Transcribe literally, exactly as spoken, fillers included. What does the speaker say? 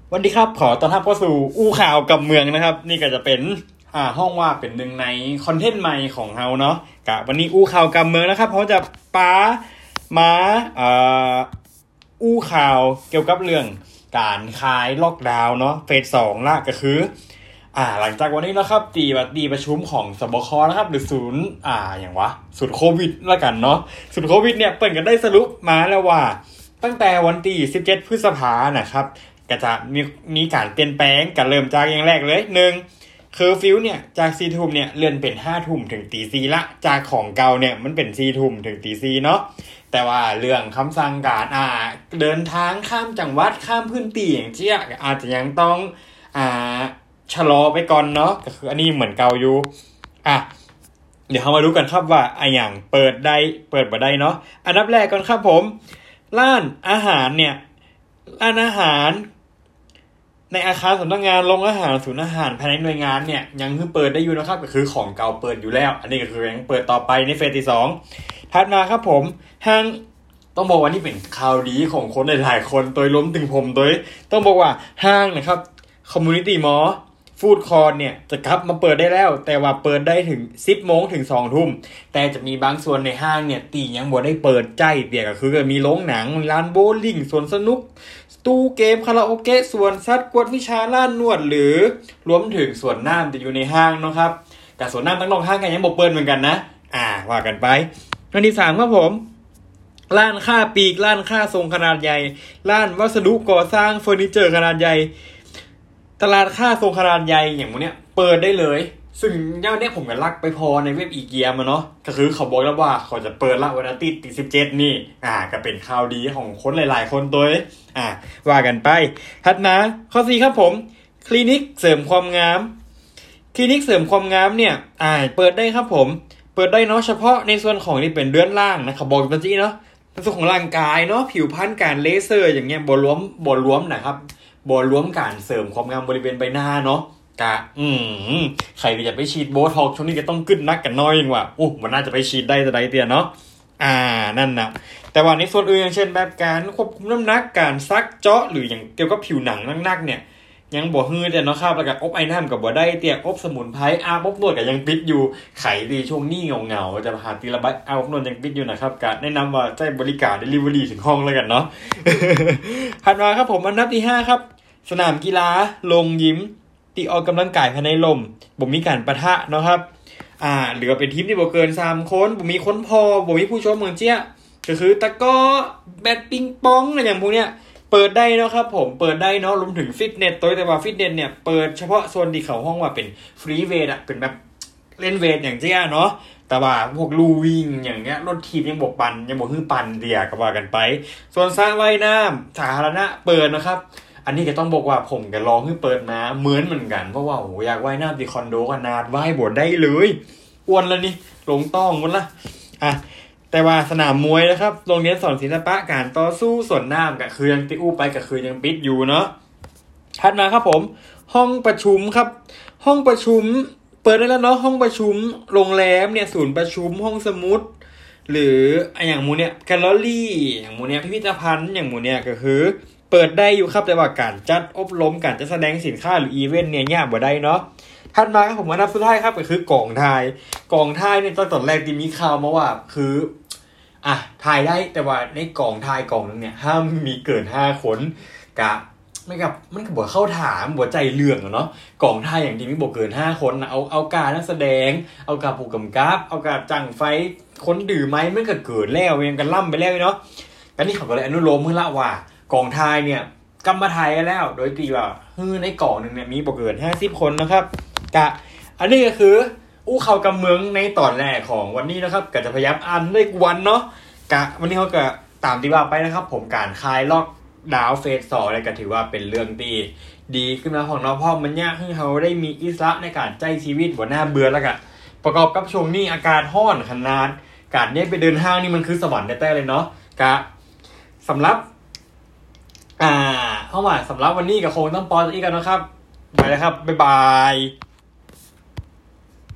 วันดีครับขอต้อนรับเข้าสู่อู้ข่าวกับเมืองนะครับนี่ก็จะเป็นอ่าห้องว่าเป็นหนึ่งในคอนเทนต์ใหม่ของเราเนาะกะวันนี้อู้ข่าวกับเมืองนะครับเขาจะป้ามาอ่าอู้ข่าวเกี่ยวกับเรื่องการคลายล็อกดาวน์เนาะเฟสสองละก็คืออ่าหลังจากวันนี้นะครับตีบัดดีประชุมของสบคนะครับหรือศูนย์อ่าอย่างวะศูนย์โควิดละกันเนาะศูนย์โควิดเนี่ยเปิดกันได้สรุปมาแล้วว่าตั้งแต่วันที่สิบเจ็ดพฤษภาคมนะครับก็จะมีมีการเปลี่ยนแปลงกันเริ่มจากอย่างแรกเลยหนึ่งเคอร์ฟิวเนี่ยจากสี่ทุ่มเนี่ยเลื่อนเป็นห้าทุ่มถึงตีสี่ละจากของเก่าเนี่ยมันเป็นสี่ทุ่มถึงตีสี่เนาะแต่ว่าเรื่องคำสั่งการอ่าเดินทางข้ามจังหวัดข้ามพื้นที่อย่างเช่นอาจจะยังต้องอ่าชะลอไปก่อนเนาะก็คืออันนี้เหมือนเก่าอยู่อ่ะเดี๋ยวเรามาดูกันครับว่าไอ้อย่างเปิดได้เปิดบ่ได้เนาะอันดับแรกก่อนครับผมร้านอาหารเนี่ยร้านอาหารในอาคารสำนักงานโรงอาหารศูนย์อาหารภายในหน่วยงานเนี่ยยังคือเปิดได้อยู่นะครับก็คือของเก่าเปิดอยู่แล้วอันนี้ก็คือยังเปิดต่อไปในเฟสที่สองถัดมาครับผมห้างต้องบอกว่านี่เป็นข่าวดีของคนหลายๆคนโดยล้มถึงผมโดยต้องบอกว่าห้างนะครับคอมมูนิตี้มอลล์ฟู้ดคอร์ทเนี่ยจะกลับมาเปิดได้แล้วแต่ว่าเปิดได้ถึง สิบโมงถึงสองทุ่มแต่จะมีบางส่วนในห้างเนี่ยตียังบ่ได้เปิดใจเปียกก็คือมีโรงหนังร้านโบว์ลิ่งสวนสนุกตู้เกมคาราโอเกะสวนสัตว์กวดวิชาล้านนวดหรือรวมถึงสวนน้ำจะอยู่ในห้างเนาะครับแต่สวนน้ำตั้งนอกห้างกันยังบ่เปิดเหมือนกันนะอ่าว่ากันไปอันที่สามครับผมร้านค้าปลีกร้านค้าทรงขนาดใหญ่ร้านวัสดุก่อสร้างเฟอร์นิเจอร์ขนาดใหญ่ตลาดค้าทรงขนาดใหญ่อย่างพวกเนี้ยเปิดได้เลยซึ่งเจ้าเนี้ยผมก็ลักไปพอในเว็บอีเกียมาเนาะก็คือเขาบอกแล้วว่าเขาจะเปิดละวันอาทิตย์ที่สิบเจ็ดนี่อ่าก็เป็นข่าวดีของคนหลายๆคนตัวอ่าว่ากันไปถัดมาข้อสี่ครับผมคลินิกเสริมความงามคลินิกเสริมความงามเนี่ยอ่าเปิดได้ครับผมเปิดได้เนาะเฉพาะในส่วนของที่เป็นเรือนร่างนะครับบอกจริงๆเนาะในส่วนของร่างกายเนาะผิวพรรณการเลเซอร์อย่างเงี้ยบ่รวมบ่รวมนะครับบ่รวมการเสริมความงามบริเวณใบหน้าเนาะกะอืมใครที่จะไปฉีดโบท็อกซ์ช่วงนี้ก็ต้องขึ้นนักกันน้อยนึงว่ะอู้มันน่าจะไปฉีดได้แต่ใดเตียเนาะอ่านั่นนะแต่ว่าในส่วนอื่นอย่างเช่นแบบการควบคุมน้ำหนักการซักเจาะหรืออย่างเกี่ยวกับผิวหนังนักๆเนี่ยยังบ่ฮือแต่เนาะครับแล้วก็อบไอ้น้ำกับบ่ได้เตียอบสมุนไพรอาบอบนวดก็ยังปิดอยู่ไขดีช่วงนี้เหงาๆจะหาตีละใบอาบอบนวดยังปิดอยู่นะครับก็แนะนำว่าใช้บริการ delivery ถึงห้องแล้วกันเนาะ ถัดมาครับผมอันดับที่ห้าครับสนามกีฬาโรงยิมที่ออกกำลังกายภายในลมบ่มีการปะทะเนาะครับอ่าหรือว่าเป็นทีมที่บ่เกินสามคนบ่มีคนพอบ่มีผู้ชมเหมือนเจี๊ยก็คือตะก้อแบดปิงปองอะไรอย่างพวกเนี้ยเปิดได้เนาะครับผมเปิดได้เนาะรวมถึงฟิตเนสตัวแต่ว่าฟิตเนสเนี่ยเปิดเฉพาะโซนที่เขาห้องว่าเป็นฟรีเวทอ่ะเป็นแบบเล่นเวทอย่างเจี๊ยเนาะแต่ว่าพวกลู่วิ่งอย่างเงี้ยรถทีมยังบ่ปั่นยังบ่ฮื้อปั่นเดียก็ว่ากันไปส่วนสระว่ายน้ำสาธารณะเปิดนะครับอันนี้ก็ต้องบอกว่าผมก็ลองให้เปิดมาเหมือนเหมือนกันเพราะว่าโหอยากว่ายน้ำที่คอนโดขนาดว่ายบ่ได้เลยอ้วนแล้วนี่ลงต้องหมดละอ่ะแต่ว่าสนามมวยนะครับโรงเรียนสอนศิลปะการต่อสู้สวนน้ำก็คือยังติอู้ไปก็คือยังปิดอยู่เนาะถัดมาครับผมห้องประชุมครับห้องประชุมเปิดได้แล้วเนาะห้องประชุมโรงแรมเนี่ยศูนย์ประชุมห้องสมุดหรืออย่างหมู่เนี่ยแกลเลอรี่อย่างหมู่เนี่ยพิพิธภัณฑ์อย่างหมู่เนี่ยก็คือเปิดได้อยู่ครับแต่ว่าการจัดอบรมการจัดแสดงสินค้าหรืออีเวนต์เนี่ยยากบ่ได้เนาะถัดมาครับผมอันดับสุดท้ายครับก็คือกองถ่ายกองถ่ายเนี่ยตอนตอนแรกที่มีข่าวมาว่าคืออ่ะถ่ายได้แต่ว่าในกองถ่ายกองนึงเนี่ยห้ามมีเกินห้าคนกะไม่กับมันก็บ่เข้าถามบ่ใจเรื่องเนาะกองถ่ายอย่างที่มีบ่เกินห้าคนนะเอาเอาการนักแสดงเอาการผู้กำกับเอาการจังไฟคนดื่มมั้ยมันก็เกิดแล้วยังกันล่ำไปแล้วเนาะกันนี่เขาก็เลยอนุโลมมื้อละว่ากองถ่ายเนี่ยกำมาถ่ายแล้วโดยตีว่าฮือในกองนึงเนี่ยมีบ่เกินห้าสิบคนนะครับกะอันนี้ก็คืออู้ข่าวกำเมืองในตอนแรกของวันนี้นะครับก็จะพยายามอ่านเลขวันเนาะกะวันนี้เขาก็ตามที่ว่าไปนะครับผมการคลายล็อกดาวน์เฟสสองเนี่ยก็ถือว่าเป็นเรื่องที่ดีขึ้นมาของเราเพราะมันยากให้เขาได้มีอิสระในการใช้ชีวิตบ่น่าเบื่อแล้วก็ประกอบกับช่วงนี้อากาศร้อนขนาดการได้ไปเดินห้างนี่มันคือสวรรค์แท้ๆเลยเนาะกะสำหรับอ่าเข้ามาสำหรับวันนี้ก็คงต้องปออีกกันนะครับไปแล้วครับบ๊ายบาย